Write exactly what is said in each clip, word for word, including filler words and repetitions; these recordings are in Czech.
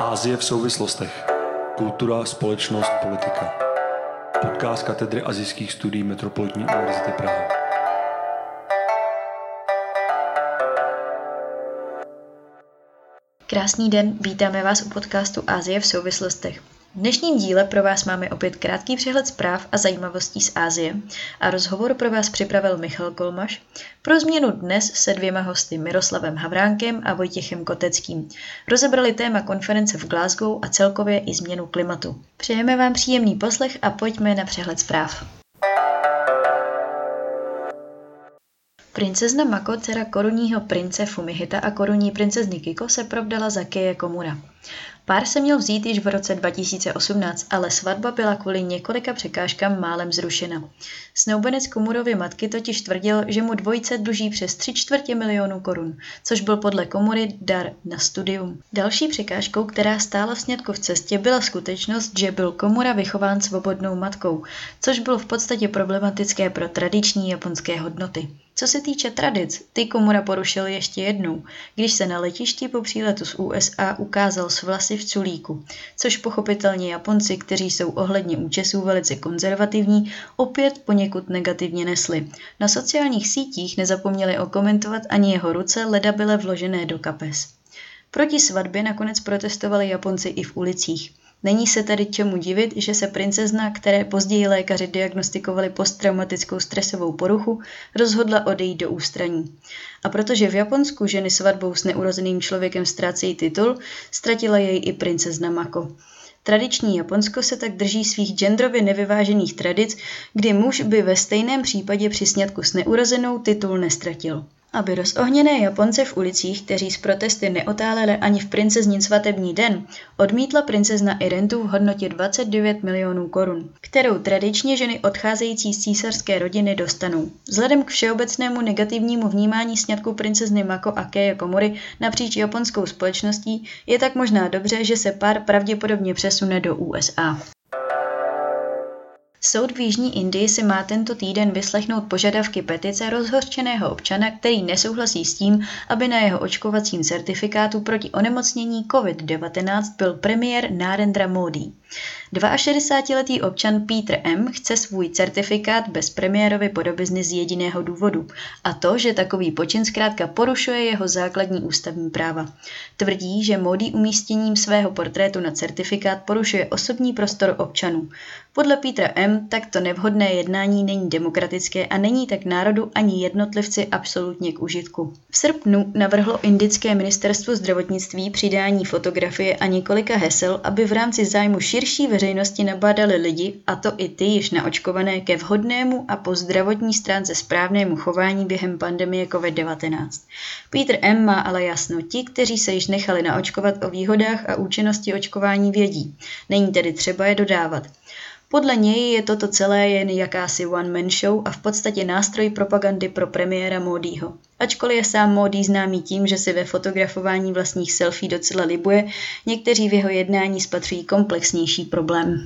Asie v souvislostech. Kultura, společnost, politika. Podcast katedry asijských studií Metropolitní univerzity Praha. Krásný den, vítáme vás u podcastu Asie v souvislostech. V dnešním díle pro vás máme opět krátký přehled zpráv a zajímavostí z Asie a rozhovor pro vás připravil Michal Kolmaš. Pro změnu dnes se dvěma hosty Miroslavem Havránkem a Vojtěchem Koteckým rozebrali téma konference v Glasgow a celkově i změnu klimatu. Přejeme vám příjemný poslech a pojďme na přehled zpráv. Princezna Mako, dcera korunního prince Fumihita a korunní princezny Kiko, se provdala za Keje Komura. Pár se měl vzít již v roce dva tisíce osmnáct, ale svatba byla kvůli několika překážkám málem zrušena. Snoubenec Komurovy matky totiž tvrdil, že mu dvojice dluží přes tři čtvrtě milionu korun, což byl podle Komury dar na studium. Další překážkou, která stála sňatku v cestě, byla skutečnost, že byl Komura vychován svobodnou matkou, což bylo v podstatě problematické pro tradiční japonské hodnoty. Co se týče tradic, ty Komura porušil ještě jednou, když se na letišti po příletu z U S A ukázal s vlasy v culíku, což pochopitelně Japonci, kteří jsou ohledně účesů velice konzervativní, opět poněkud negativně nesli. Na sociálních sítích nezapomněli okomentovat ani jeho ruce ledabyle vložené do kapes. Proti svatbě nakonec protestovali Japonci i v ulicích. Není se tedy čemu divit, že se princezna, které později lékaři diagnostikovali posttraumatickou stresovou poruchu, rozhodla odejít do ústraní. A protože v Japonsku ženy svatbou s neurozeným člověkem ztrácejí titul, ztratila jej i princezna Mako. Tradiční Japonsko se tak drží svých genderově nevyvážených tradic, kdy muž by ve stejném případě při sňatku s neurozenou titul nestratil. Aby rozohněné Japonce v ulicích, kteří z protesty neotáleli ani v princeznin svatební den, odmítla princezna i rentu v hodnotě dvacet devět milionů korun, kterou tradičně ženy odcházející z císařské rodiny dostanou. Vzhledem k všeobecnému negativnímu vnímání sňatku princezny Mako a Keje Komury napříč japonskou společností je tak možná dobře, že se pár pravděpodobně přesune do U S A. Soud v Jižní Indii si má tento týden vyslechnout požadavky petice rozhořčeného občana, který nesouhlasí s tím, aby na jeho očkovacím certifikátu proti onemocnění covid devatenáct byl premiér Narendra Modi. šedesátiletý občan Peter M. chce svůj certifikát bez premiérovy podobizny z jediného důvodu, a to, že takový počin zkrátka porušuje jeho základní ústavní práva. Tvrdí, že Modi umístěním svého portrétu na certifikát porušuje osobní prostor občanů. Podle Petra M. takto nevhodné jednání není demokratické a není tak národu ani jednotlivci absolutně k užitku. V srpnu navrhlo indické ministerstvo zdravotnictví přidání fotografie a několika hesel, aby v rámci zájmu širší veřejnosti nabádali lidi, a to i ty již naočkované, ke vhodnému a po zdravotní stránce správnému chování během pandemie covid devatenáct. Peter M. má ale jasno, ti, kteří se již nechali naočkovat, o výhodách a účinnosti očkování vědí. Není tedy třeba je dodávat. Podle něj je toto celé jen jakási one-man show a v podstatě nástroj propagandy pro premiéra Modiho. Ačkoliv je sám Modi známý tím, že si ve fotografování vlastních selfie docela libuje, někteří v jeho jednání spatřují komplexnější problém.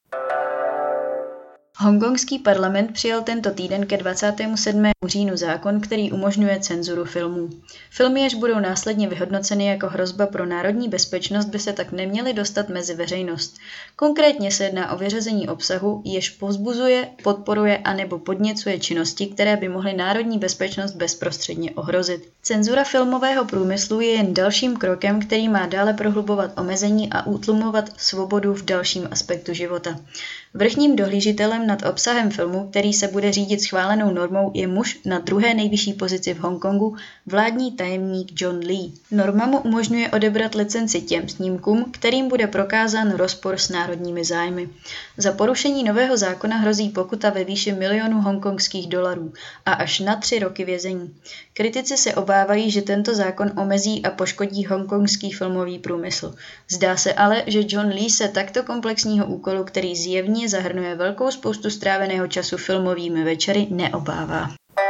Hongkongský parlament přijal tento týden ke dvacátému sedmému říjnu zákon, který umožňuje cenzuru filmů. Filmy, jež budou následně vyhodnoceny jako hrozba pro národní bezpečnost, by se tak neměly dostat mezi veřejnost. Konkrétně se jedná o vyřazení obsahu, jež povzbuzuje, podporuje anebo podněcuje činnosti, které by mohly národní bezpečnost bezprostředně ohrozit. Cenzura filmového průmyslu je jen dalším krokem, který má dále prohlubovat omezení a utlumovat svobodu v dalším aspektu života. Vrchním dohlížitelem nad obsahem filmu, který se bude řídit schválenou normou, je muž na druhé nejvyšší pozici v Hongkongu, vládní tajemník John Lee. Norma mu umožňuje odebrat licenci těm snímkům, kterým bude prokázán rozpor s národními zájmy. Za porušení nového zákona hrozí pokuta ve výši milionu hongkongských dolarů a až na tři roky vězení. Kritici se obávají, že tento zákon omezí a poškodí hongkongský filmový průmysl. Zdá se ale, že John Lee se takto komplexního úkolu, který zjevně zahrnuje velkou spoustu stráveného času filmovými večery, neobává.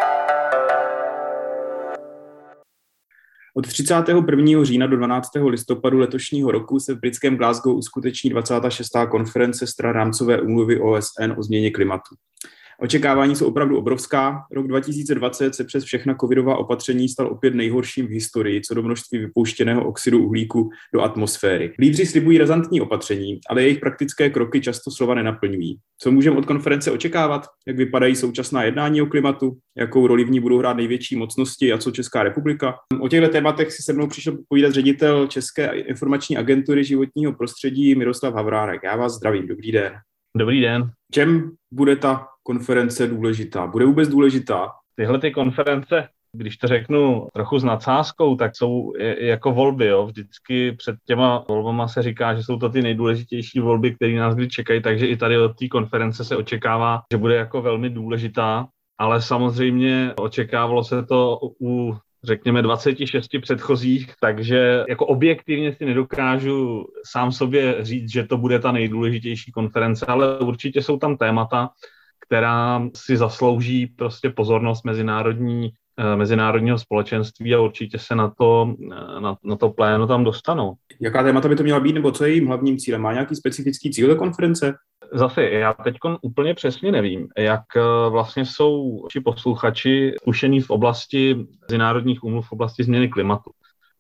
Od třicátého prvního října do dvanáctého listopadu letošního roku se v britském Glasgow uskuteční dvacátá šestá konference stran rámcové úmluvy O S N o změně klimatu. Očekávání jsou opravdu obrovská. Rok dva tisíce dvacet se přes všechna covidová opatření stal opět nejhorším v historii co do množství vypouštěného oxidu uhlíku do atmosféry. Lídři slibují razantní opatření, ale jejich praktické kroky často slova nenaplňují. Co můžeme od konference očekávat? Jak vypadají současná jednání o klimatu? Jakou roli v ní budou hrát největší mocnosti a co Česká republika? O těchto tématech si se mnou přišel povídat ředitel České informační agentury životního prostředí Miroslav Havránek. Já vás zdravím, dobrý den. Dobrý den. Čem bude ta konference důležitá? Bude vůbec důležitá? Tyhle ty konference, když to řeknu trochu s nadsázkou, tak jsou jako volby. Jo. Vždycky před těma volbama se říká, že jsou to ty nejdůležitější volby, které nás kdy čekají, takže i tady od té konference se očekává, že bude jako velmi důležitá, ale samozřejmě očekávalo se to u řekněme dvacet šest předchozích, takže jako objektivně si nedokážu sám sobě říct, že to bude ta nejdůležitější konference, ale určitě jsou tam témata, která si zaslouží prostě pozornost mezinárodní, mezinárodního společenství a určitě se na to, na, na to pléno tam dostanou. Jaká témata by to měla být, nebo co je jejím hlavním cílem? Má nějaký specifický cíl do konference? Zase, já teď úplně přesně nevím, jak vlastně jsou či posluchači zkušení v oblasti mezinárodních úmluv v oblasti změny klimatu.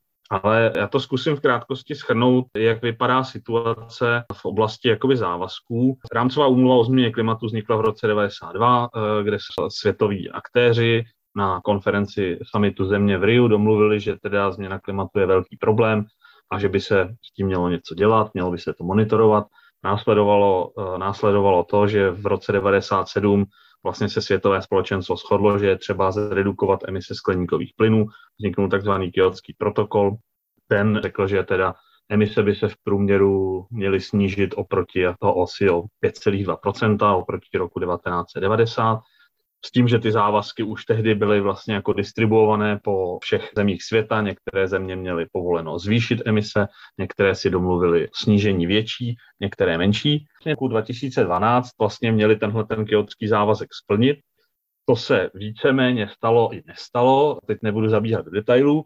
Ale já to zkusím v krátkosti shrnout, jak vypadá situace v oblasti jakoby závazků. Rámcová úmluva o změně klimatu vznikla v roce devadesát dva, kde světoví aktéři na konferenci summitu země v Riu domluvili, že teda změna klimatu je velký problém a že by se s tím mělo něco dělat, mělo by se to monitorovat. Následovalo, následovalo to, že v roce devadesát sedm vlastně se světové společenstvo shodlo, že je třeba zredukovat emise skleníkových plynů, vzniknul takzvaný Kjótský protokol. Ten řekl, že teda emise by se v průměru měly snížit oproti toho asi o pět celá dva procenta oproti roku devatenáct set devadesát. S tím, že ty závazky už tehdy byly vlastně jako distribuované po všech zemích světa. Některé země měly povoleno zvýšit emise, některé si domluvily snížení větší, některé menší. V roku dva tisíce dvanáct vlastně měli tenhle ten kjótský závazek splnit. To se víceméně stalo i nestalo, teď nebudu zabíhat do detailů.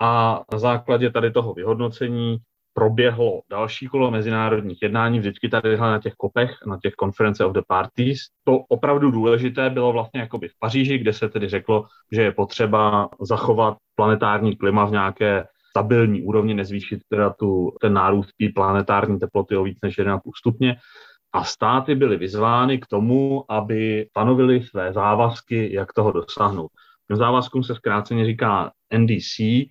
A na základě tady toho vyhodnocení proběhlo další kolo mezinárodních jednání, vždycky tady na těch kopech, na těch Conference of the Parties. To opravdu důležité bylo vlastně jakoby v Paříži, kde se tedy řeklo, že je potřeba zachovat planetární klima v nějaké stabilní úrovni, nezvýšit teda tu, ten nárůst té planetární teploty o víc než jedna celá pět stupně. A státy byly vyzvány k tomu, aby stanovily své závazky, jak toho dosáhnout. Těm závazkům se zkráceně říká N D C,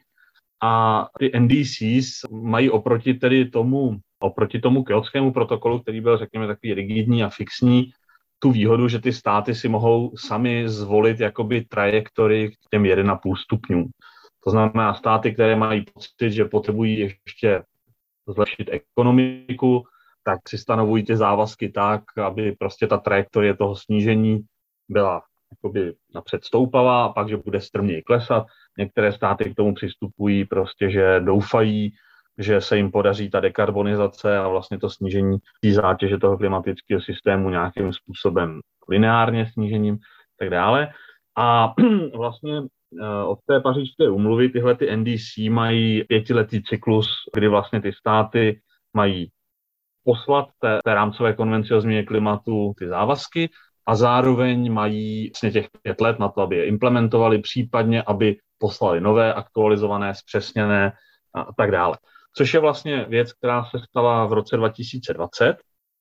a ty N D Cs mají oproti tedy tomu, oproti tomu Kjótskému protokolu, který byl, řekněme, takový rigidní a fixní, tu výhodu, že ty státy si mohou sami zvolit jakoby trajektory k těm jedna celá pět stupňů. To znamená státy, které mají pocit, že potřebují ještě zlepšit ekonomiku, tak si stanovují ty závazky tak, aby prostě ta trajektorie toho snížení byla jakoby napřed stoupavá a pak, že bude strmněji klesat. Některé státy k tomu přistupují prostě, že doufají, že se jim podaří ta dekarbonizace a vlastně to snížení té zátěže toho klimatického systému nějakým způsobem lineárně snížením a tak dále. A vlastně od té pařížské úmluvy tyhle ty N D C mají pětiletý cyklus, kdy vlastně ty státy mají poslat té, té rámcové konvenci o změně klimatu ty závazky a zároveň mají vlastně těch pět let na to, aby je implementovali, případně aby poslali nové, aktualizované, zpřesněné a tak dále. Což je vlastně věc, která se stala v roce dva tisíce dvacet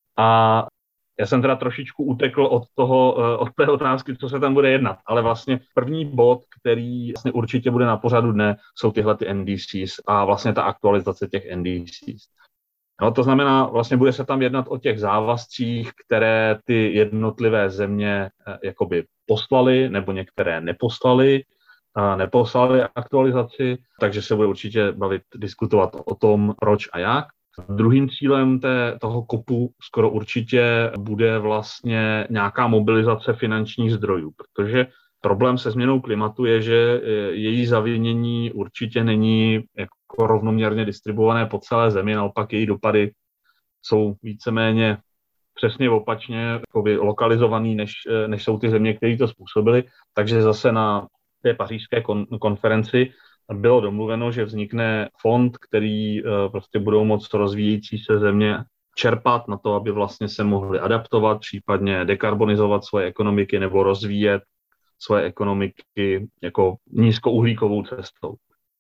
a já jsem teda trošičku utekl od toho, od té otázky, co se tam bude jednat, ale vlastně první bod, který vlastně určitě bude na pořadu dne, jsou tyhle ty N D Cs a vlastně ta aktualizace těch N D Cs. No, to znamená, vlastně bude se tam jednat o těch závazcích, které ty jednotlivé země eh, jakoby poslaly, nebo některé neposlaly, a neposlali aktualizaci, takže se bude určitě bavit, diskutovat o tom, proč a jak. Druhým cílem té, toho kopu skoro určitě bude vlastně nějaká mobilizace finančních zdrojů, protože problém se změnou klimatu je, že její zavinění určitě není jako rovnoměrně distribuované po celé zemi, naopak její dopady jsou víceméně přesně opačně jakoby lokalizovaný, než, než jsou ty země, které to způsobily. Takže zase na té pařížské kon- konferenci bylo domluveno, že vznikne fond, který uh, prostě budou moct rozvíjející se země čerpat na to, aby vlastně se mohli adaptovat, případně dekarbonizovat svoje ekonomiky nebo rozvíjet svoje ekonomiky jako nízkouhlíkovou cestou.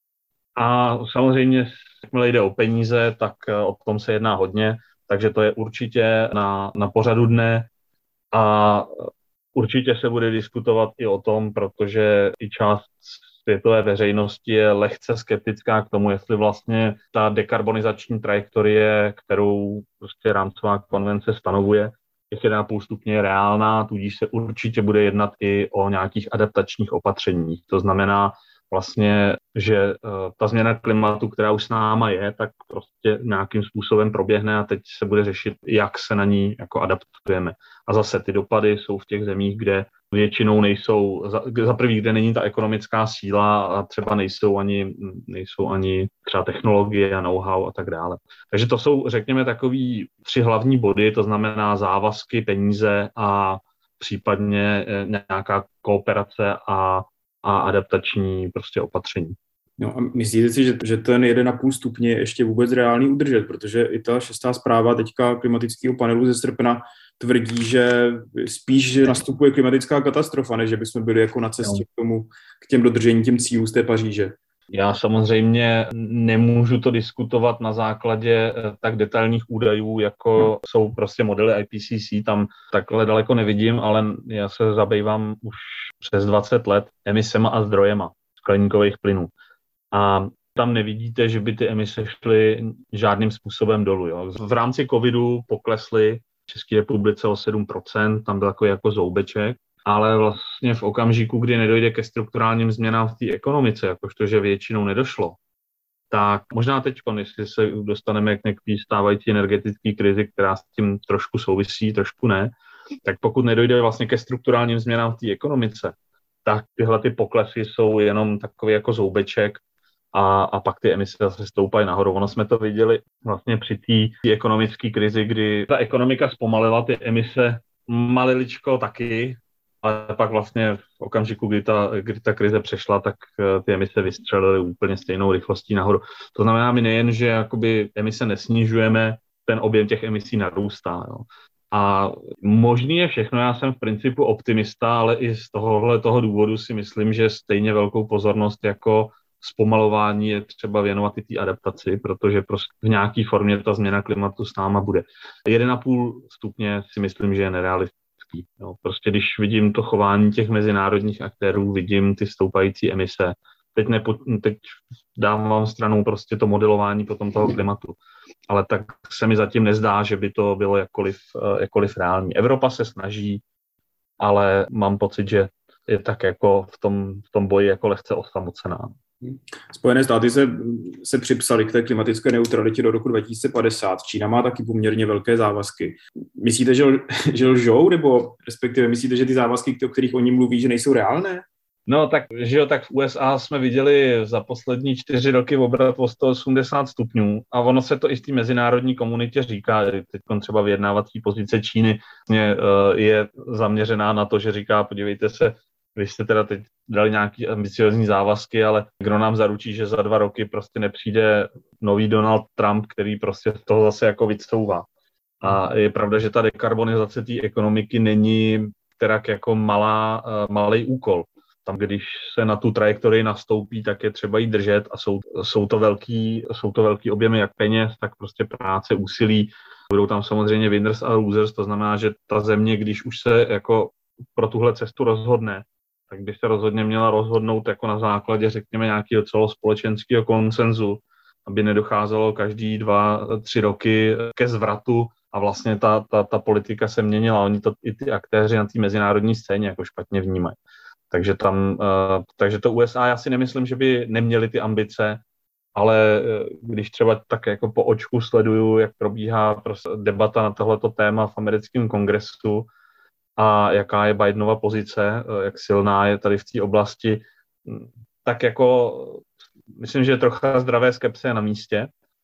A samozřejmě, jakmile jde o peníze, tak o tom se jedná hodně, takže to je určitě na, na pořadu dne a určitě se bude diskutovat i o tom, protože i část světové veřejnosti je lehce skeptická k tomu, jestli vlastně ta dekarbonizační trajektorie, kterou prostě rámcová konvence stanovuje, těch jedna celá pět stupně je reálná, tudíž se určitě bude jednat i o nějakých adaptačních opatřeních. To znamená vlastně, že ta změna klimatu, která už s náma je, tak prostě nějakým způsobem proběhne a teď se bude řešit, jak se na ní jako adaptujeme. A zase ty dopady jsou v těch zemích, kde většinou nejsou, za, za prvý, kde není ta ekonomická síla a třeba nejsou ani, nejsou ani třeba technologie a know-how a tak dále. Takže to jsou, řekněme, takový tři hlavní body, to znamená závazky, peníze a případně nějaká kooperace a, a adaptační prostě opatření. No a myslíte si, že, že ten jeden a půl stupně je ještě vůbec reálný udržet, protože i ta šestá zpráva teďka klimatického panelu ze srpna tvrdí, že spíš že nastupuje klimatická katastrofa, než že bychom byli jako na cestě k tomu, k těm dodržení těm cílů z té Paříže. Já samozřejmě nemůžu to diskutovat na základě tak detailních údajů, jako no. jsou prostě modely I P C C, tam takhle daleko nevidím, ale já se zabývám už přes dvacet let emisema a zdrojema skleníkových plynů. A tam nevidíte, že by ty emise šly žádným způsobem dolů. Jo. V rámci covidu poklesly v České republice o sedm procent, tam byl jako, jako zoubeček, ale vlastně v okamžiku, kdy nedojde ke strukturálním změnám v té ekonomice, jakožto, že většinou nedošlo, tak možná teď, jestli se dostaneme k některé stávající energetické krizi, která s tím trošku souvisí, trošku ne, tak pokud nedojde vlastně ke strukturálním změnám v té ekonomice, tak tyhle ty poklesy jsou jenom takový jako zoubeček a, a pak ty emise zase stoupají nahoru. Ono jsme to viděli vlastně při té ekonomické krizi, kdy ta ekonomika zpomalila, ty emise maliličko taky, ale pak vlastně v okamžiku, kdy ta, kdy ta krize přešla, tak ty emise vystřelily úplně stejnou rychlostí nahoru. To znamená, my nejen, že jakoby emise nesnižujeme, ten objem těch emisí narůstá. Jo. A možný je všechno, já jsem v principu optimista, ale i z tohohle toho důvodu si myslím, že stejně velkou pozornost jako zpomalování je třeba věnovat i té adaptaci, protože prostě v nějaké formě ta změna klimatu s náma bude. jeden a půl stupně si myslím, že je nerealistický. Jo. Prostě když vidím to chování těch mezinárodních aktérů, vidím ty stoupající emise, teď, nepo, teď dávám stranou prostě to modelování potom toho klimatu, ale tak se mi zatím nezdá, že by to bylo jakkoliv, jakkoliv reální. Evropa se snaží, ale mám pocit, že je tak jako v tom, v tom boji jako lehce osamocená. Spojené státy se, se připsaly k té klimatické neutralitě do roku dva tisíce padesát. Čína má taky poměrně velké závazky. Myslíte, že, že lžou, nebo respektive myslíte, že ty závazky, o kterých oni mluví, že nejsou reálné? No tak, že jo, tak v U S A jsme viděli za poslední čtyři roky obrat o sto osmdesát stupňů a ono se to i v té mezinárodní komunitě říká, teď třeba vyjednávací pozice Číny je zaměřená na to, že říká, podívejte se, vy jste teda teď dali nějaký ambiciozní závazky, ale kdo nám zaručí, že za dva roky prostě nepřijde nový Donald Trump, který prostě z toho zase jako vycouvá. A je pravda, že ta dekarbonizace té ekonomiky není terak jako malá, malý úkol. Tam, když se na tu trajektorii nastoupí, tak je třeba jí držet a jsou, jsou, to velký, jsou to velký objemy jak peněz, tak prostě práce, úsilí. Budou tam samozřejmě winners a losers, to znamená, že ta země, když už se jako pro tuhle cestu rozhodne, tak by se rozhodně měla rozhodnout jako na základě, řekněme, nějakého celospolečenského konsenzu, aby nedocházelo každý dva, tři roky ke zvratu a vlastně ta, ta, ta politika se měnila. Oni to i ty aktéři na té mezinárodní scéně jako špatně vnímají. Takže tam, uh, takže to U S A, já si nemyslím, že by neměli ty ambice, ale uh, když třeba tak jako po očku sleduju, jak probíhá prostě debata na tohleto téma v americkém kongresu a jaká je Bidenova pozice, uh, jak silná je tady v té oblasti, tak jako myslím, že trocha zdravé skepse na místě.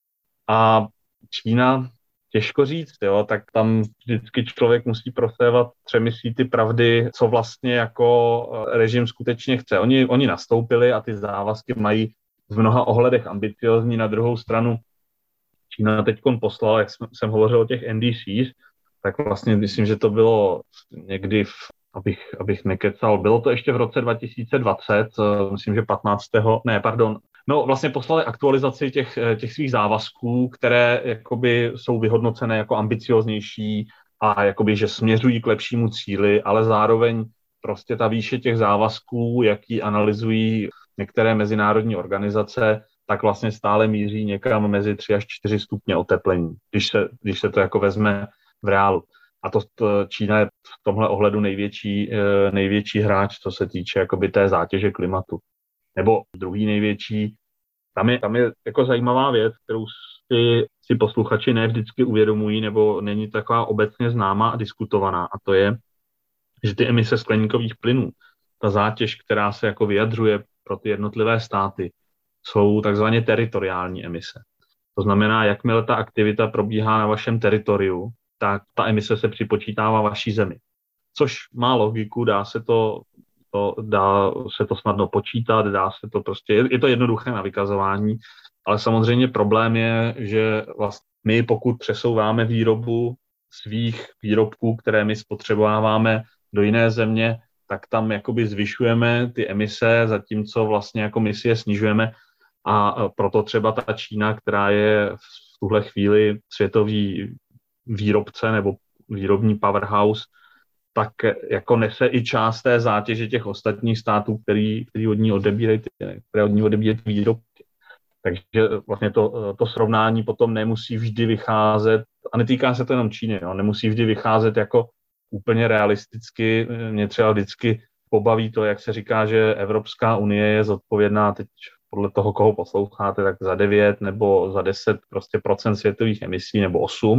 A Čína, těžko říct, jo, tak tam vždycky člověk musí prosévat třemi síty pravdy, co vlastně jako režim skutečně chce. Oni, oni nastoupili a ty závazky mají v mnoha ohledech ambiciozní. Na druhou stranu Čína teď poslala, jak jsem, jsem hovořil o těch N D Cs, tak vlastně myslím, že to bylo někdy, v, abych, abych nekecal, bylo to ještě v roce dva tisíce dvacet, myslím, že patnáctého ne, pardon, no vlastně poslali aktualizaci těch, těch svých závazků, které jakoby jsou vyhodnocené jako ambicioznější a jakoby, že směřují k lepšímu cíli, ale zároveň prostě ta výše těch závazků, jaký analyzují některé mezinárodní organizace, tak vlastně stále míří někam mezi tři až čtyři stupně oteplení, když se, když se to jako vezme v reálu. A to, to Čína je v tomhle ohledu největší, největší hráč, co se týče jakoby té zátěže klimatu. Nebo druhý největší, tam je, tam je jako zajímavá věc, kterou si, si posluchači ne vždycky uvědomují, nebo není taková obecně známá a diskutovaná, a to je, že ty emise skleníkových plynů, ta zátěž, která se jako vyjadřuje pro ty jednotlivé státy, jsou takzvaně teritoriální emise. To znamená, jakmile ta aktivita probíhá na vašem teritoriu, tak ta emise se připočítává vaší zemi. Což má logiku, dá se to, to, dá se to snadno počítat, dá se to prostě, je, je to jednoduché na vykazování, ale samozřejmě problém je, že vlastně my, pokud přesouváme výrobu svých výrobků, které my spotřebováváme do jiné země, tak tam jakoby zvyšujeme ty emise, zatímco vlastně jako my si je snižujeme. A proto třeba ta Čína, která je v tuhle chvíli světový výrobce nebo výrobní powerhouse, tak jako nese i část té zátěže těch ostatních států, který, který od ní odebírají, které od ní odebírají výrobky. Takže vlastně to, to srovnání potom nemusí vždy vycházet, a netýká se to jenom Číny, no, nemusí vždy vycházet jako úplně realisticky. Mě třeba vždycky pobaví to, jak se říká, že Evropská unie je zodpovědná teď podle toho, koho posloucháte, tak za devět nebo za deset prostě procent světových emisí nebo osm.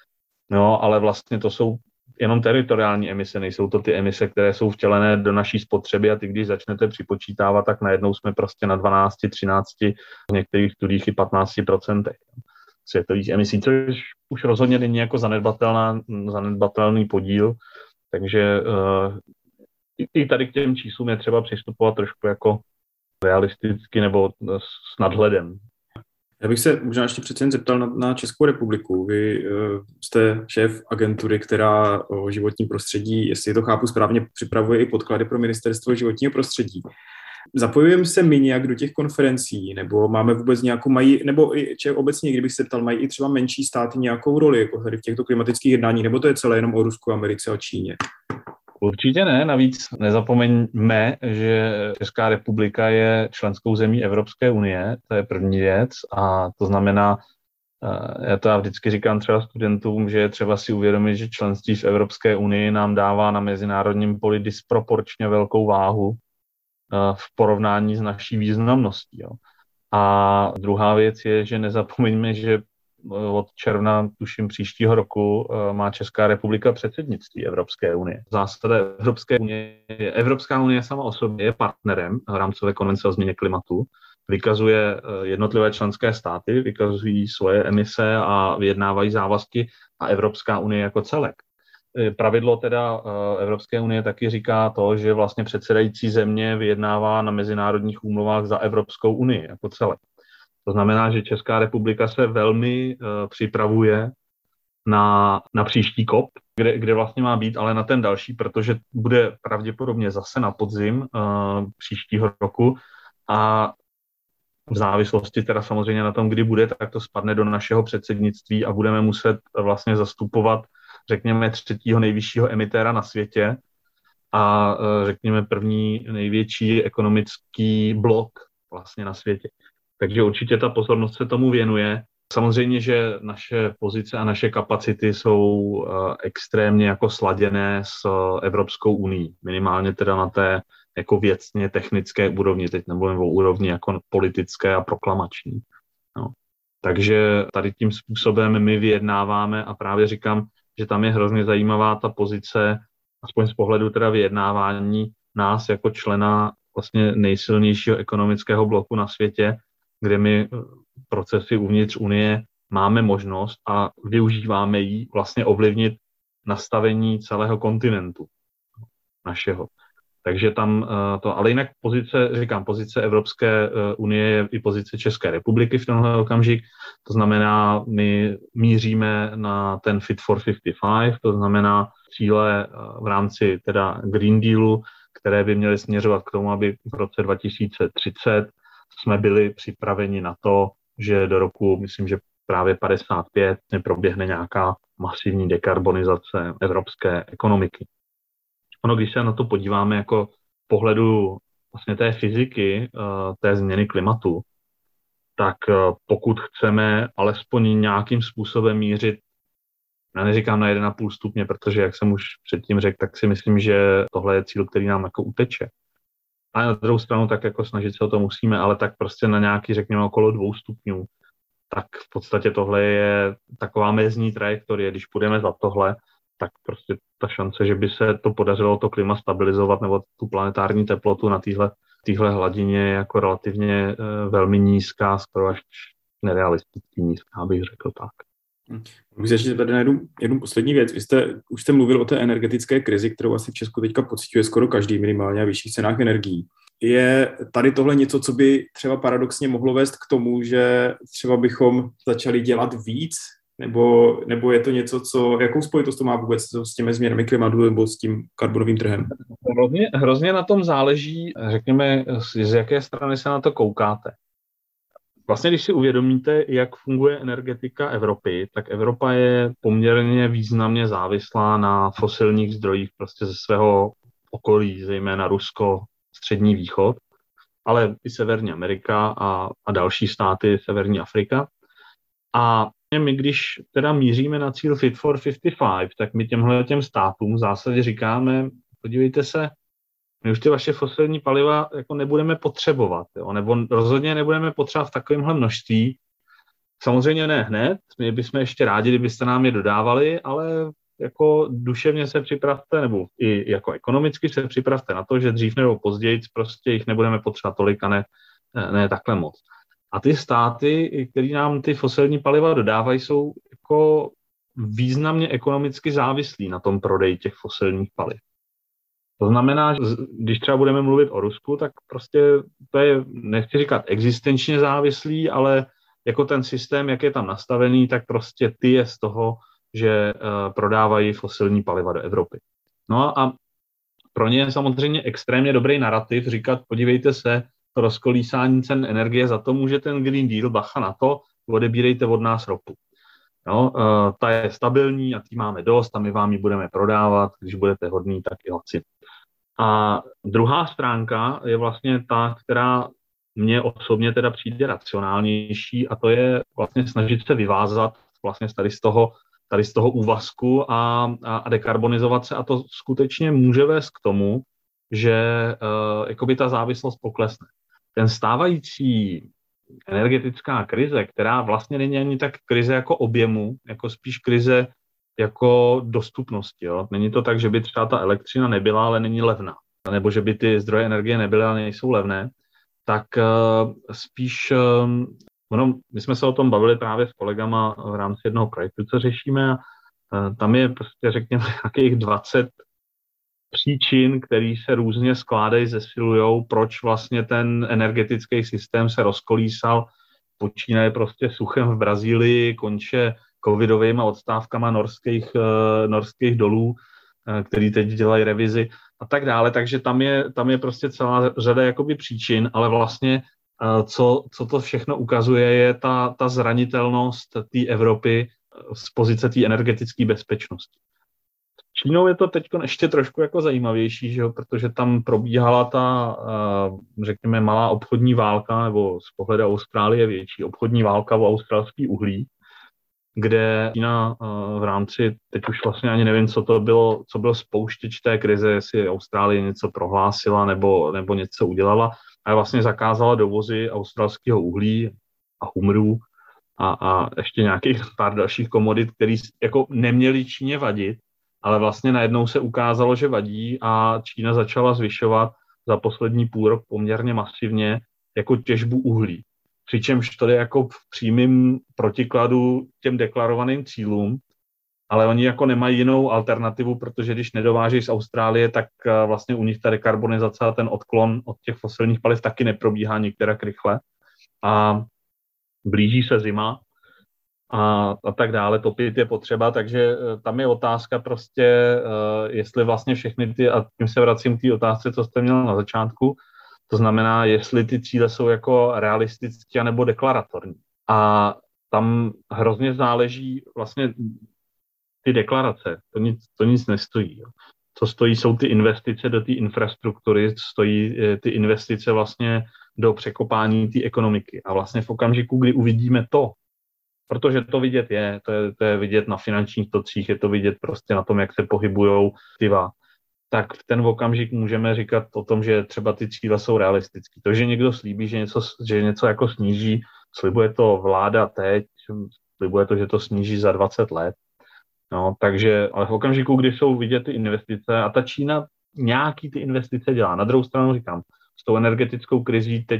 No, ale vlastně to jsou jenom teritoriální emise, nejsou to ty emise, které jsou vtělené do naší spotřeby, a ty, když začnete připočítávat, tak najednou jsme prostě na dvanáct, třináct, v některých studiích i patnáct procent světových emisí, což už rozhodně není jako zanedbatelná, zanedbatelný podíl, takže uh, i tady k těm číslům je třeba přistupovat trošku jako realisticky nebo s nadhledem. Já bych se možná ještě přece jen zeptal na, na Českou republiku. Vy uh, jste šéf agentury, která o životní prostředí, jestli to chápu správně, připravuje i podklady pro Ministerstvo životního prostředí. Zapojujeme se my nějak do těch konferencí, nebo máme vůbec nějakou, mají, nebo i če, obecně, kdybych se ptal, mají i třeba menší státy nějakou roli jako tady v těchto klimatických jednáních, nebo to je celé jenom o Rusku, Americe a Číně? Určitě ne, navíc nezapomeňme, že Česká republika je členskou zemí Evropské unie, to je první věc, a to znamená, já to já vždycky říkám třeba studentům, že je třeba si uvědomit, že členství v Evropské unii nám dává na mezinárodním poli disproporčně velkou váhu v porovnání s naší významností. Jo. A druhá věc je, že nezapomeňme, že od června, tuším, příštího roku má Česká republika předsednictví Evropské unie. Zásada Evropské unie je, Evropská unie sama o sobě je partnerem rámcové konvence o změně klimatu, vykazuje jednotlivé členské státy, vykazují svoje emise a vyjednávají závazky, a Evropská unie jako celek. Pravidlo teda Evropské unie taky říká to, že vlastně předsedající země vyjednává na mezinárodních úmluvách za Evropskou unii jako celek. To znamená, že Česká republika se velmi uh, připravuje na, na příští kop, kde, kde vlastně má být, ale na ten další, protože bude pravděpodobně zase na podzim uh, příštího roku, a v závislosti teda samozřejmě na tom, kdy bude, tak to spadne do našeho předsednictví a budeme muset vlastně zastupovat, řekněme, třetího nejvyššího emitéra na světě a uh, řekněme první největší ekonomický blok vlastně na světě. Takže určitě ta pozornost se tomu věnuje. Samozřejmě, že naše pozice a naše kapacity jsou uh, extrémně jako sladěné s uh, Evropskou unií, minimálně teda na té jako věcně technické úrovni, teď nemluvím o úrovni jako politické a proklamační. No. Takže tady tím způsobem my vyjednáváme, a právě říkám, že tam je hrozně zajímavá ta pozice, aspoň z pohledu teda vyjednávání nás jako člena vlastně nejsilnějšího ekonomického bloku na světě, kde my procesy uvnitř Unie máme možnost a využíváme ji vlastně ovlivnit nastavení celého kontinentu našeho. Takže tam to, ale jinak pozice, říkám, pozice Evropské unie je i pozice České republiky v tenhle okamžik. To znamená, my míříme na ten Fit for padesát pět, to znamená cíle v rámci teda Green Dealu, které by měly směřovat k tomu, aby v roce dva tisíce třicet jsme byli připraveni na to, že do roku, myslím, že právě padesát pět proběhne nějaká masivní dekarbonizace evropské ekonomiky. Ono, když se na to podíváme jako pohledu vlastně té fyziky, té změny klimatu, tak pokud chceme alespoň nějakým způsobem mířit, já neříkám na jedna celá pět stupně, protože, jak jsem už předtím řekl, tak si myslím, že tohle je cíl, který nám jako uteče. A na druhou stranu tak jako snažit se o to musíme, ale tak prostě na nějaký, řekněme, okolo dvou stupňů. Tak v podstatě tohle je taková mezní trajektorie. Když půjdeme za tohle, tak prostě ta šance, že by se to podařilo to klima stabilizovat nebo tu planetární teplotu na téhle téhle hladině je jako relativně e, velmi nízká, skoro až nerealisticky nízká, bych řekl tak. Můžu začít tady na jednu, jednu poslední věc. Vy jste, už jste mluvil o té energetické krizi, kterou asi v Česku teďka pociťuje skoro každý, minimálně a vyšších cenách energií. Je tady tohle něco, co by třeba paradoxně mohlo vést k tomu, že třeba bychom začali dělat víc, nebo, nebo je to něco, co, jakou spojitost to má vůbec s těmi změnami klimatu nebo s tím karbonovým trhem? Hrozně, hrozně na tom záleží, řekněme, z jaké strany se na to koukáte. Vlastně, když si uvědomíte, jak funguje energetika Evropy, tak Evropa je poměrně významně závislá na fosilních zdrojích prostě ze svého okolí, zejména Rusko, Střední východ, ale i Severní Amerika a, a další státy, Severní Afrika. A my, když teda míříme na cíl Fit for padesát pět, tak my těmhle těm státům v zásadě říkáme, podívejte se, my už ty vaše fosilní paliva jako nebudeme potřebovat, jo? Nebo rozhodně nebudeme potřebovat v takovémhle množství. Samozřejmě ne hned, my bychom ještě rádi, kdybyste nám je dodávali, ale jako duševně se připravte, nebo i jako ekonomicky se připravte na to, že dřív nebo později prostě jich nebudeme potřebovat tolik a ne, ne takhle moc. A ty státy, které nám ty fosilní paliva dodávají, jsou jako významně ekonomicky závislí na tom prodeji těch fosilních paliv. To znamená, že když třeba budeme mluvit o Rusku, tak prostě to je, nechci říkat existenčně závislý, ale jako ten systém, jak je tam nastavený, tak prostě ty je z toho, že uh, prodávají fosilní paliva do Evropy. No a pro ně je samozřejmě extrémně dobrý narrativ říkat, podívejte se, to rozkolísání cen energie, za to může ten Green Deal, bacha na to, odebírejte od nás ropu. No, uh, ta je stabilní a tý máme dost a my vám ji budeme prodávat, když budete hodný, tak i lacině. A druhá stránka je vlastně ta, která mně osobně teda přijde racionálnější, a to je vlastně snažit se vyvázat vlastně tady z toho, tady z toho úvazku a, a, a dekarbonizovat se, a to skutečně může vést k tomu, že uh, jakoby ta závislost poklesne. Ten stávající energetická krize, která vlastně není ani tak krize jako objemu, jako spíš krize jako dostupnosti. Jo? Není to tak, že by třeba ta elektřina nebyla, ale není levná. Nebo že by ty zdroje energie nebyly, ale nejsou levné. Tak uh, spíš, um, ono, my jsme se o tom bavili právě s kolegama v rámci jednoho projektu, co řešíme, a uh, tam je prostě, řekněme, nějakých dvacet příčin, které se různě skládají, zesilujou, proč vlastně ten energetický systém se rozkolísal, počínaje prostě suchem v Brazílii, konče covidovými odstávkama norských, uh, norských dolů, uh, který teď dělají revizi a tak dále, takže tam je, tam je prostě celá řada jakoby příčin, ale vlastně uh, co, co to všechno ukazuje, je ta, ta zranitelnost té Evropy z pozice té energetické bezpečnosti. Čínou je to teď ještě trošku jako zajímavější, že jo? Protože tam probíhala ta, řekněme, malá obchodní válka, nebo z pohledu Austrálie větší obchodní válka o australský uhlí, kde Čína v rámci, teď už vlastně ani nevím, co to bylo, co byl spouštěč té krize, jestli Austrálie něco prohlásila nebo, nebo něco udělala, a vlastně zakázala dovozy australského uhlí a humrů a, a ještě nějakých pár dalších komodit, které jako neměly Číně vadit, ale vlastně najednou se ukázalo, že vadí, a Čína začala zvyšovat za poslední půl rok poměrně masivně jako těžbu uhlí. Přičemž to je jako v přímém protikladu těm deklarovaným cílům, ale oni jako nemají jinou alternativu, protože když nedováží z Austrálie, tak vlastně u nich ta dekarbonizace a ten odklon od těch fosilních paliv taky neprobíhá některak rychle. A blíží se zima a, a tak dále, topit je potřeba, takže tam je otázka prostě, jestli vlastně všechny ty, a tím se vracím k té otázce, co jste měl na začátku, to znamená, jestli ty cíle jsou jako realistické nebo deklaratorní. A tam hrozně záleží vlastně ty deklarace, to nic, to nic nestojí. Jo. Co stojí, jsou ty investice do té infrastruktury, stojí ty investice vlastně do překopání té ekonomiky. A vlastně v okamžiku, kdy uvidíme to, protože to vidět je, to je, to je vidět na finančních tocích, je to vidět prostě na tom, jak se pohybujou aktiva, tak v ten okamžik můžeme říkat o tom, že třeba ty cíle jsou realistické. To, že někdo slíbí, že něco, že něco jako sníží, slibuje to vláda teď, slibuje to, že to sníží za dvacet let. No, takže, ale v okamžiku, kdy jsou vidět ty investice, a ta Čína nějaký ty investice dělá. Na druhou stranu říkám, s tou energetickou krizí teď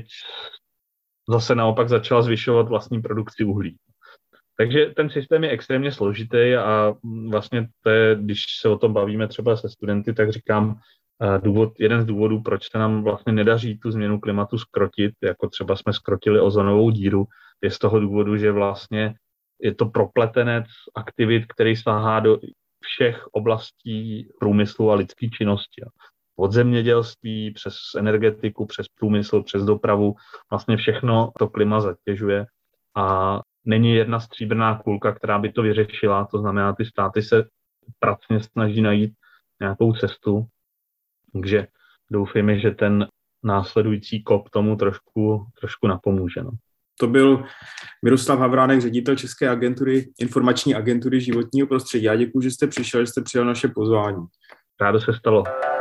zase naopak začala zvyšovat vlastní produkci uhlí. Takže ten systém je extrémně složitý a vlastně to je, když se o tom bavíme třeba se studenty, tak říkám, důvod, jeden z důvodů, proč se nám vlastně nedaří tu změnu klimatu zkrotit, jako třeba jsme zkrotili ozonovou díru, je z toho důvodu, že vlastně je to propletenec aktivit, který sahá do všech oblastí průmyslu a lidské činnosti. Od zemědělství přes energetiku, přes průmysl, přes dopravu, vlastně všechno to klima zatěžuje a není jedna stříbrná kulka, která by to vyřešila, to znamená, ty státy se pracně snaží najít nějakou cestu, takže doufejme, že ten následující kop tomu trošku, trošku napomůže. No. To byl Miroslav Havránek, ředitel České agentury, informační agentury životního prostředí. Já děkuji, že jste přišel, že jste přijal naše pozvání. Rádo se stalo.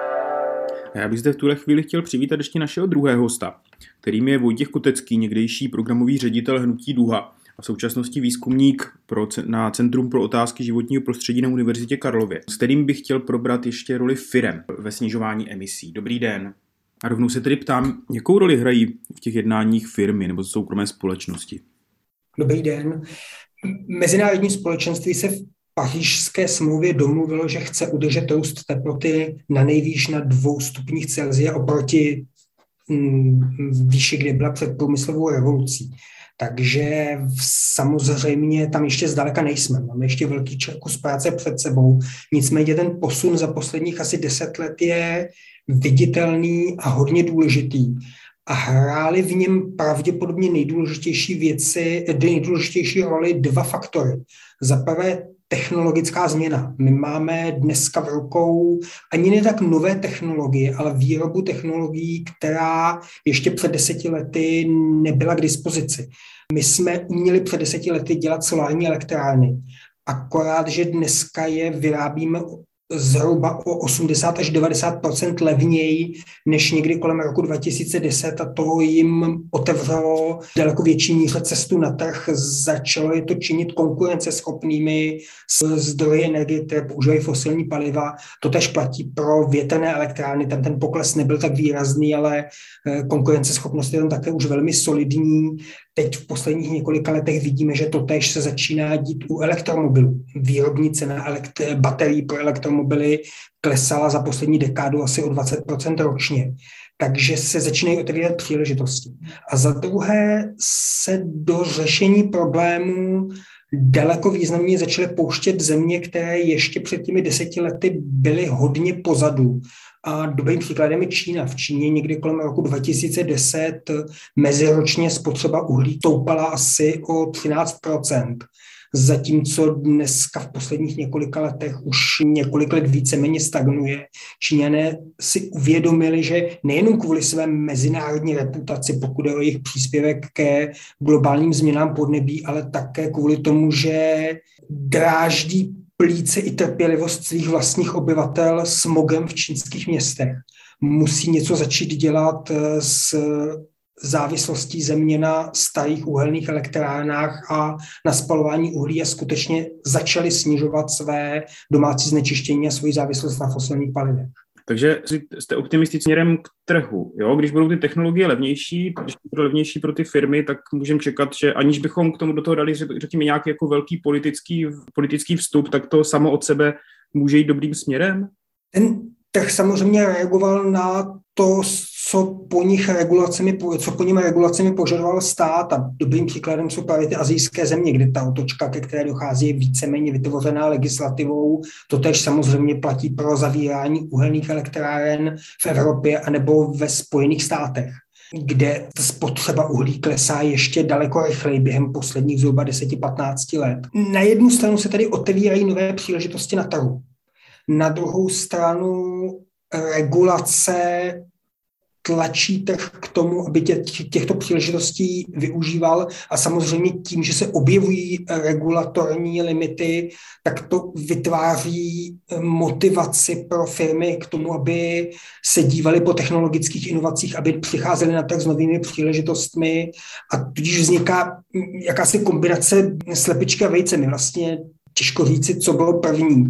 A já bych zde v tuhle chvíli chtěl přivítat ještě našeho druhého hosta, kterým je Vojtěch Kotecký, někdejší programový ředitel hnutí Duha a v současnosti výzkumník pro, na Centrum pro otázky životního prostředí na Univerzitě Karlově, s kterým bych chtěl probrat ještě roli firem ve snižování emisí. Dobrý den. A rovnou se tedy ptám, jakou roli hrají v těch jednáních firmy nebo soukromé společnosti? Dobrý den. Mezinárodní společenství se v Pařížské smlouvě domluvilo, že chce udržet růst teploty na nejvýš na dvou stupních Celsia oproti výši, kde byla před průmyslovou revolucí. Takže samozřejmě tam ještě zdaleka nejsme. Máme ještě velký kus práce před sebou. Nicméně ten posun za posledních asi deset let je viditelný a hodně důležitý. A hrály v něm pravděpodobně nejdůležitější věci, nejdůležitější roli dva faktory. Za prvé technologická změna. My máme dneska v rukou ani ne tak nové technologie, ale výrobu technologií, která ještě před deseti lety nebyla k dispozici. My jsme uměli před deseti lety dělat solární elektrárny, akorát, že dneska je vyrábíme zhruba o osmdesát až devadesát procent levněji než někdy kolem roku dva tisíce deset a to jim otevřelo daleko větší míře cestu na trh. Začalo je to činit konkurenceschopnými zdroji energie, které používají fosilní paliva. To tež platí pro větrné elektrárny, tam ten pokles nebyl tak výrazný, ale konkurenceschopnost je tam také už velmi solidní. Teď v posledních několika letech vidíme, že to též se začíná dít u elektromobilů. Výrobní cena elektr- baterií pro elektromobily klesala za poslední dekádu asi o dvacet procent ročně. Takže se začínají otevírat příležitosti. A za druhé se do řešení problémů daleko významně začaly pouštět země, které ještě před těmi deseti lety byly hodně pozadu. A dobrým příkladem je Čína. V Číně někdy kolem roku dva tisíce deset meziročně spotřeba uhlí stoupala asi o třináct procent. Zatímco dneska v posledních několika letech už několik let víceméně stagnuje. Číňané si uvědomili, že nejenom kvůli své mezinárodní reputaci, pokud je o jejich příspěvek ke globálním změnám podnebí, ale také kvůli tomu, že dráždí plíce i trpělivost svých vlastních obyvatel smogem v čínských městech. Musí něco začít dělat s závislostí země na starých uhelných elektrárnách a na spalování uhlí a skutečně začali snižovat své domácí znečištění a svoji závislost na fosilních palivech. Takže jste optimistický směrem k trhu. Jo? Když budou ty technologie levnější, když budou levnější pro ty firmy, tak můžeme čekat, že aniž bychom k tomu do toho dali, řekněme, nějaký jako velký politický, politický vstup, tak to samo od sebe může jít dobrým směrem? Ten trh samozřejmě reagoval na to, co po nich regulacemi, co po nich regulacemi požadoval stát, a dobrým příkladem jsou právě ty asijské země, kde ta otočka, ke které dochází, je víceméně vytvořená legislativou. To též samozřejmě platí pro zavírání uhelných elektráren v Evropě anebo ve Spojených státech, kde spotřeba uhlí klesá ještě daleko rychleji během posledních zhruba deset až patnáct let. Na jednu stranu se tady otevírají nové příležitosti na trhu. Na druhou stranu regulace tlačí trh k tomu, aby tě, těchto příležitostí využíval, a samozřejmě tím, že se objevují regulatorní limity, tak to vytváří motivaci pro firmy k tomu, aby se dívali po technologických inovacích, aby přicházeli na trh s novými příležitostmi, a tudíž vzniká jakási kombinace slepičky a vejce. My vlastně těžko říci, co bylo první.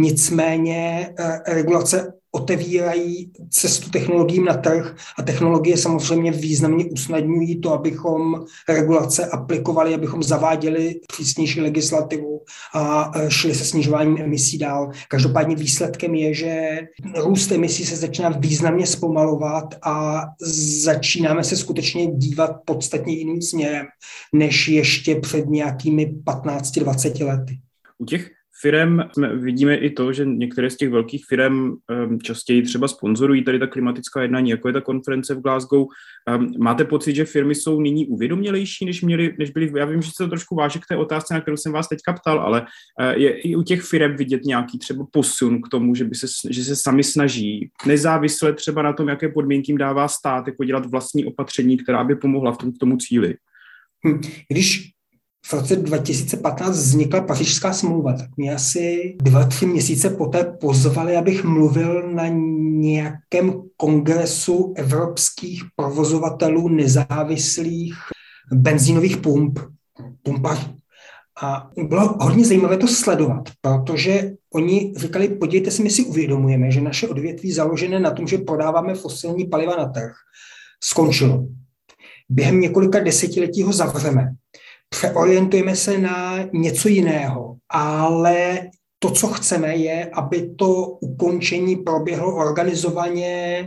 Nicméně regulace otevírají cestu technologiím na trh a technologie samozřejmě významně usnadňují to, abychom regulace aplikovali, abychom zaváděli přísnější legislativu a šli se snižováním emisí dál. Každopádně výsledkem je, že růst emisí se začíná významně zpomalovat a začínáme se skutečně dívat podstatně jiným směrem, než ještě před nějakými patnácti dvaceti lety. U těch firem jsme, vidíme i to, že některé z těch velkých firem um, častěji třeba sponzorují tady ta klimatická jednání, jako je ta konference v Glasgow. Um, máte pocit, že firmy jsou nyní uvědomělejší, než, měli, než byly? Já vím, že se to trošku váže k té otázce, na kterou jsem vás teďka ptal, ale uh, je i u těch firem vidět nějaký třeba posun k tomu, že, by se, že se sami snaží, nezávisle třeba na tom, jaké podmínky jim dává stát, jako dělat vlastní opatření, která by pomohla v tom, k tomu cíli. Hm. Když v roce dva tisíce patnáct vznikla Pařížská smlouva, tak mě asi dva, tři měsíce poté pozvali, abych mluvil na nějakém kongresu evropských provozovatelů nezávislých benzínových pump, pumpařů. A bylo hodně zajímavé to sledovat, protože oni říkali, podívejte se, my si uvědomujeme, že naše odvětví založené na tom, že prodáváme fosilní paliva na trh, skončilo. Během několika desetiletí ho zavřeme. Přeorientujeme se na něco jiného, ale to, co chceme, je, aby to ukončení proběhlo organizovaně,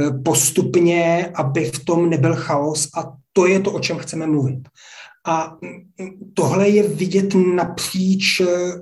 postupně, aby v tom nebyl chaos, a to je to, o čem chceme mluvit. A tohle je vidět napříč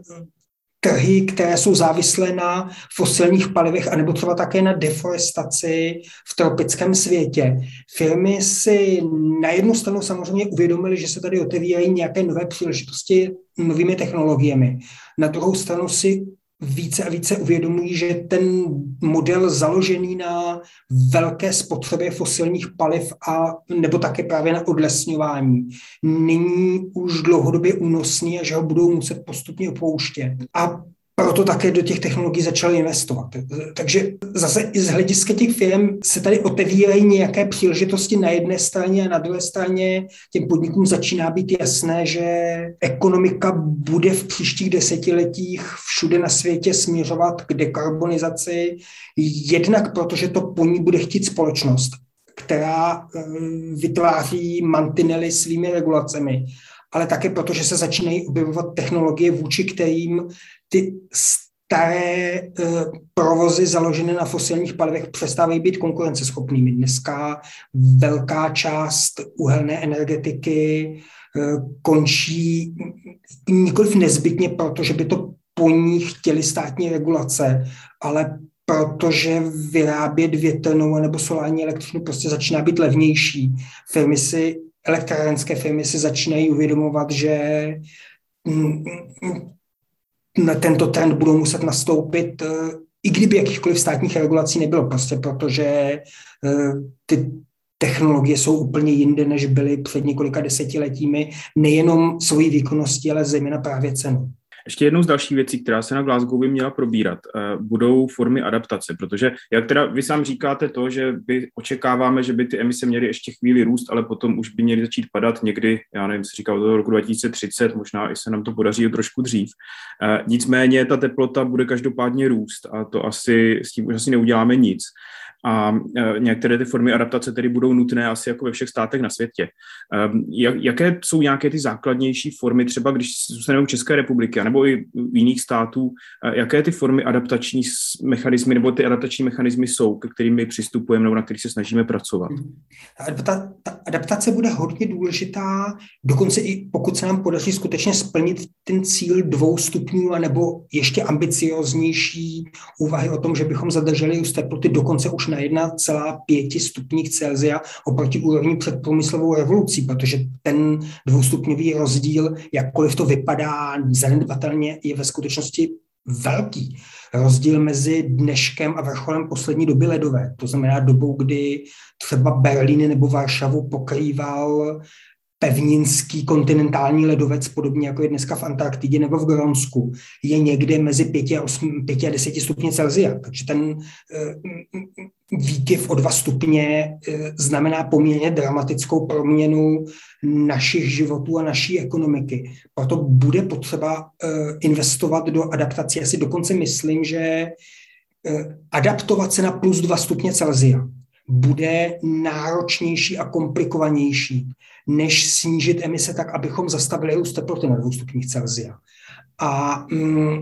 trhy, které jsou závislé na fosilních palivech, anebo třeba také na deforestaci v tropickém světě. Firmy si na jednu stranu samozřejmě uvědomily, že se tady otevírají nějaké nové příležitosti novými technologiemi. Na druhou stranu si více a více uvědomují, že ten model založený na velké spotřebě fosilních paliv a nebo také právě na odlesňování není už dlouhodobě únosný a že ho budou muset postupně opouštět. A proto také do těch technologií začali investovat. Takže zase i z hlediska těch firm se tady otevírají nějaké příležitosti na jedné straně a na druhé straně těm podnikům začíná být jasné, že ekonomika bude v příštích desetiletích všude na světě směřovat k dekarbonizaci, jednak protože to po ní bude chtít společnost, která vytváří mantinely svými regulacemi, ale také protože se začínají objevovat technologie, vůči kterým ty staré uh, provozy založené na fosilních palivech přestávají být konkurenceschopnými. Dneska velká část uhelné energetiky uh, končí nikoliv nezbytně, protože by to po ní chtěli státní regulace, ale protože vyrábět větrnou nebo solární elektřinu prostě začíná být levnější. Firmy si elektrárenské firmy si začínají uvědomovat, že na tento trend budou muset nastoupit, i kdyby jakýchkoliv státních regulací nebylo, prostě protože ty technologie jsou úplně jinde, než byly před několika desetiletími, nejenom svojí výkonností, ale zejména právě cenou. Ještě jednou z dalších věcí, která se na Glasgow by měla probírat, budou formy adaptace, protože jak teda vy sám říkáte to, že by očekáváme, že by ty emise měly ještě chvíli růst, ale potom už by měly začít padat někdy, já nevím, se říká od toho roku dva tisíce třicet, možná i se nám to podaří trošku dřív. Nicméně ta teplota bude každopádně růst a to asi s tím už asi neuděláme nic. A některé ty formy adaptace tedy budou nutné asi jako ve všech státech na světě. Jak, jaké jsou nějaké ty základnější formy, třeba když zůstaneme u České republiky, nebo i v jiných států, jaké ty formy adaptační mechanismy nebo ty adaptační mechanismy jsou, ke kterým my přistupujeme nebo na kterých se snažíme pracovat? Ta, ta adaptace bude hodně důležitá, dokonce i pokud se nám podaří skutečně splnit ten cíl dvou stupňů, anebo ještě ambicioznější úvahy o tom, že bychom zadrželi už teploty dokonce už na jedna celá pět stupních Celsia oproti úrovni před průmyslovou revolucí, protože ten dvoustupňový rozdíl, jakkoliv to vypadá zanedbatelně, je ve skutečnosti velký. Rozdíl mezi dneškem a vrcholem poslední doby ledové. To znamená dobou, kdy třeba Berlín nebo Varšavu pokrýval pevninský kontinentální ledovec, podobně jako je dneska v Antarktidě nebo v Grónsku, je někde mezi pět a deset stupně Celsia. Takže ten výkyv o dva stupně znamená poměrně dramatickou proměnu našich životů a naší ekonomiky. Proto bude potřeba investovat do adaptací. Já si dokonce myslím, že adaptovat se na plus dva stupně Celsia bude náročnější a komplikovanější, než snížit emise tak, abychom zastavili růst teploty na dvou stupních Celsia. A mm,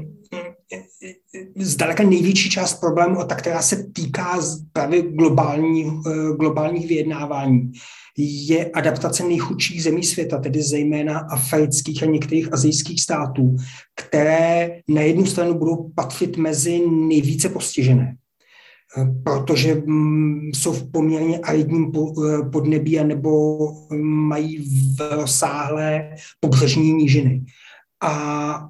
zdaleka největší část problému, a ta, která se týká právě globální, globálních vyjednávání, je adaptace nejchudších zemí světa, tedy zejména afrických a některých asijských států, které na jednu stranu budou patřit mezi nejvíce postižené, protože jsou v poměrně aridním podnebí nebo mají rozsáhlé pobřežní nížiny. A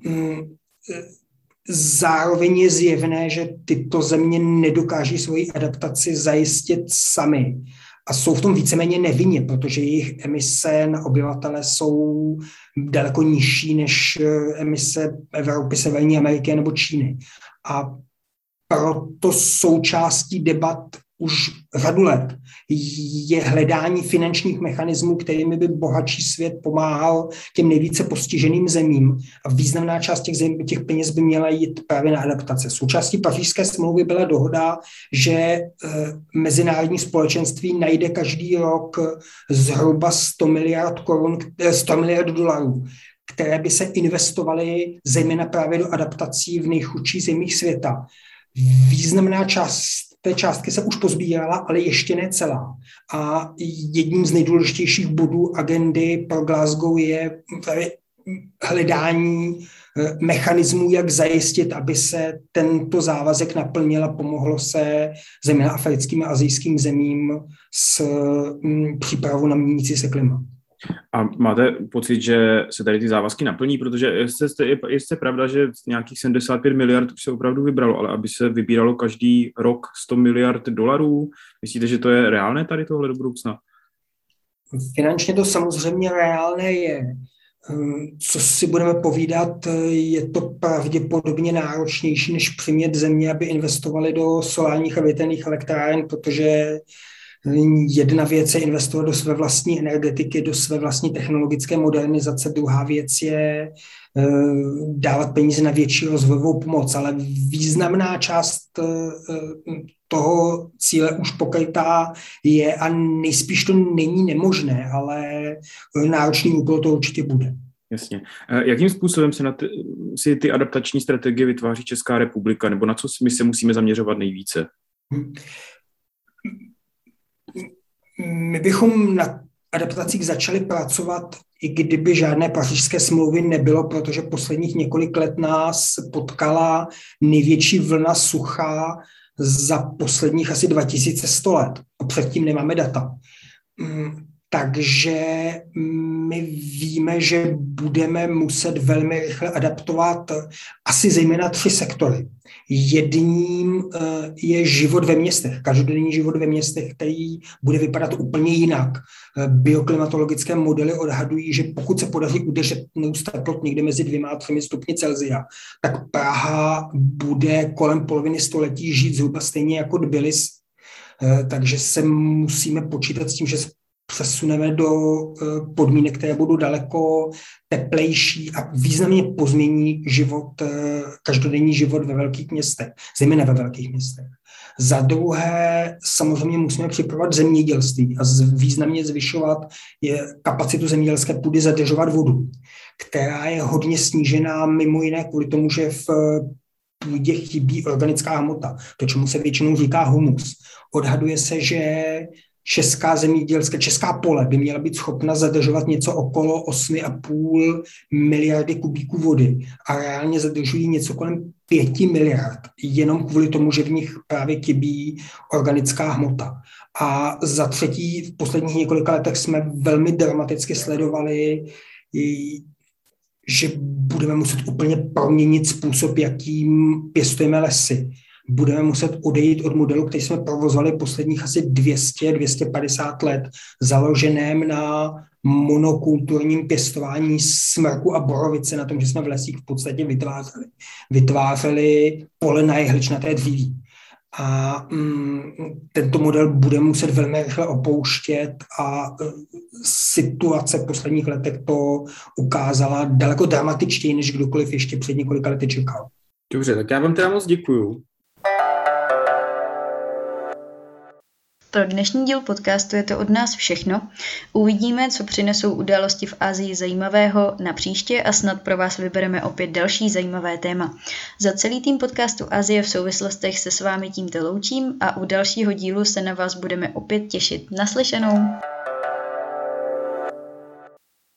zároveň je zjevné, že tyto země nedokáží svoji adaptaci zajistit sami. A jsou v tom víceméně nevinně, protože jejich emise na obyvatele jsou daleko nižší než emise Evropy, Severní Ameriky nebo Číny. A proto součástí debat už řadu let je hledání finančních mechanismů, kterými by bohatší svět pomáhal těm nejvíce postiženým zemím. A významná část těch, zem, těch peněz by měla jít právě na adaptace. Součástí Pařížské smlouvy byla dohoda, že e, mezinárodní společenství najde každý rok zhruba sto miliard korun, sto miliard dolarů, které by se investovaly zejména právě do adaptací v nejchudších zemích světa. Významná část té částky se už pozbírala, ale ještě ne celá. A jedním z nejdůležitějších bodů agendy pro Glasgow je hledání mechanismů, jak zajistit, aby se tento závazek naplnil a pomohlo se zejména africkým a asijským zemím s přípravou na měnící se klima. A máte pocit, že se tady ty závazky naplní, protože je, je, je pravda, že nějakých sedmdesát pět miliard už se opravdu vybralo, ale aby se vybíralo každý rok sto miliard dolarů, myslíte, že to je reálné tady tohle do budoucna? Finančně to samozřejmě reálné je. Co si budeme povídat, je to pravděpodobně náročnější, než přimět země, aby investovali do solárních a větrných elektráren, protože jedna věc je investovat do své vlastní energetiky, do své vlastní technologické modernizace, druhá věc je dávat peníze na větší rozvojovou pomoc, ale významná část toho cíle už pokrytá je a nejspíš to není nemožné, ale náročný úkol to určitě bude. Jasně. Jakým způsobem se na ty, si ty adaptační strategie vytváří Česká republika, nebo na co my se musíme zaměřovat nejvíce? Hmm. My bychom na adaptacích začali pracovat, i kdyby žádné pařížské smlouvy nebylo, protože posledních několik let nás potkala největší vlna sucha za posledních asi dva tisíce sto let. A předtím nemáme data. Takže my víme, že budeme muset velmi rychle adaptovat asi zejména tři sektory. Jedním je život ve městech, každodenní život ve městech, který bude vypadat úplně jinak. Bioklimatologické modely odhadují, že pokud se podaří udržet nárůst teplot někde mezi dvěma a třemi stupni Celsia, tak Praha bude kolem poloviny století žít zhruba stejně jako Tbilisi. Takže se musíme počítat s tím, že přesuneme do podmínek, které budou daleko teplejší a významně pozmění život, každodenní život ve velkých městech, zejména ve velkých městech. Za druhé, samozřejmě musíme připravovat zemědělství a významně zvyšovat kapacitu zemědělské půdy zadržovat vodu, která je hodně snížená mimo jiné kvůli tomu, že v půdě chybí organická hmota, to, čemu se většinou říká humus. Odhaduje se, že česká zemědělská, česká pole by měla být schopna zadržovat něco okolo osm a půl miliardy kubíků vody a reálně zadržují něco kolem pěti miliard, jenom kvůli tomu, že v nich právě chybí organická hmota. A za třetí, v posledních několika letech jsme velmi dramaticky sledovali, že budeme muset úplně proměnit způsob, jakým pěstujeme lesy. Budeme muset odejít od modelu, který jsme provozovali posledních asi dvě stě až dvě stě padesát let, založeném na monokulturním pěstování smrku a borovice, na tom, že jsme v lesích v podstatě vytvářeli, vytvářeli pole na jehličnaté dříví. A mm, tento model bude muset velmi rychle opouštět a uh, situace v posledních letech to ukázala daleko dramatičtěji, než kdokoliv ještě před několika lety čekal. Dobře, tak já vám teda moc děkuju. Pro dnešní díl podcastu je to od nás všechno. Uvidíme, co přinesou události v Asii zajímavého na příště a snad pro vás vybereme opět další zajímavé téma. Za celý tým podcastu Asie v souvislostech se s vámi tímto loučím a u dalšího dílu se na vás budeme opět těšit. Naslyšenou!